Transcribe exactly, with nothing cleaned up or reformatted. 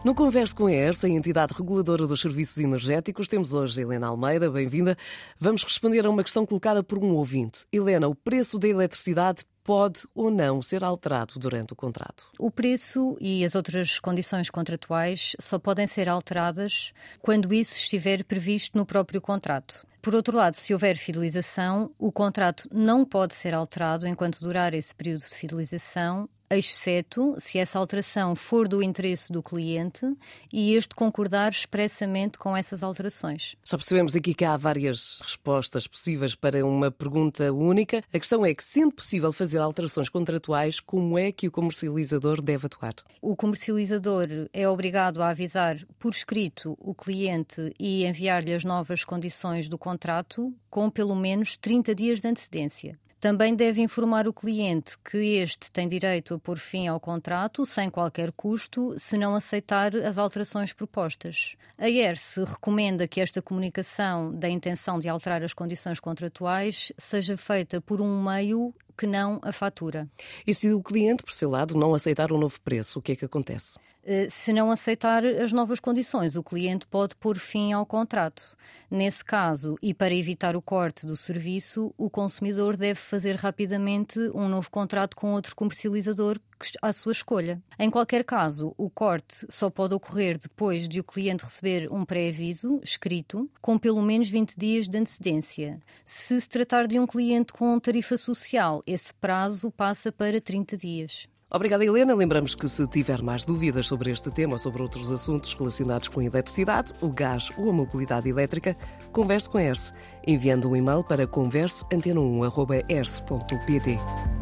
No Converse com a ERSE, a entidade reguladora dos serviços energéticos, temos hoje Helena Almeida, bem-vinda. Vamos responder a uma questão colocada por um ouvinte. Helena, o preço da eletricidade pode ou não ser alterado durante o contrato? O preço e as outras condições contratuais só podem ser alteradas quando isso estiver previsto no próprio contrato. Por outro lado, se houver fidelização, o contrato não pode ser alterado enquanto durar esse período de fidelização, exceto se essa alteração for do interesse do cliente e este concordar expressamente com essas alterações. Já percebemos aqui que há várias respostas possíveis para uma pergunta única. A questão é que, sendo possível fazer alterações contratuais, como é que o comercializador deve atuar? O comercializador é obrigado a avisar por escrito o cliente e enviar-lhe as novas condições do contrato com pelo menos trinta dias de antecedência. Também deve informar o cliente que este tem direito a pôr fim ao contrato sem qualquer custo, se não aceitar as alterações propostas. A ERSE recomenda que esta comunicação da intenção de alterar as condições contratuais seja feita por um meio que não a fatura. E se o cliente, por seu lado, não aceitar o novo preço, o que é que acontece? Se não aceitar as novas condições, o cliente pode pôr fim ao contrato. Nesse caso, e para evitar o corte do serviço, o consumidor deve fazer rapidamente um novo contrato com outro comercializador à sua escolha. Em qualquer caso, o corte só pode ocorrer depois de o cliente receber um pré-aviso escrito com pelo menos vinte dias de antecedência. Se se tratar de um cliente com tarifa social, esse prazo passa para trinta dias. Obrigada, Helena. Lembramos que se tiver mais dúvidas sobre este tema ou sobre outros assuntos relacionados com a eletricidade, o gás ou a mobilidade elétrica, converse com a ERSE, enviando um e-mail para converse antena um arroba erse ponto pt.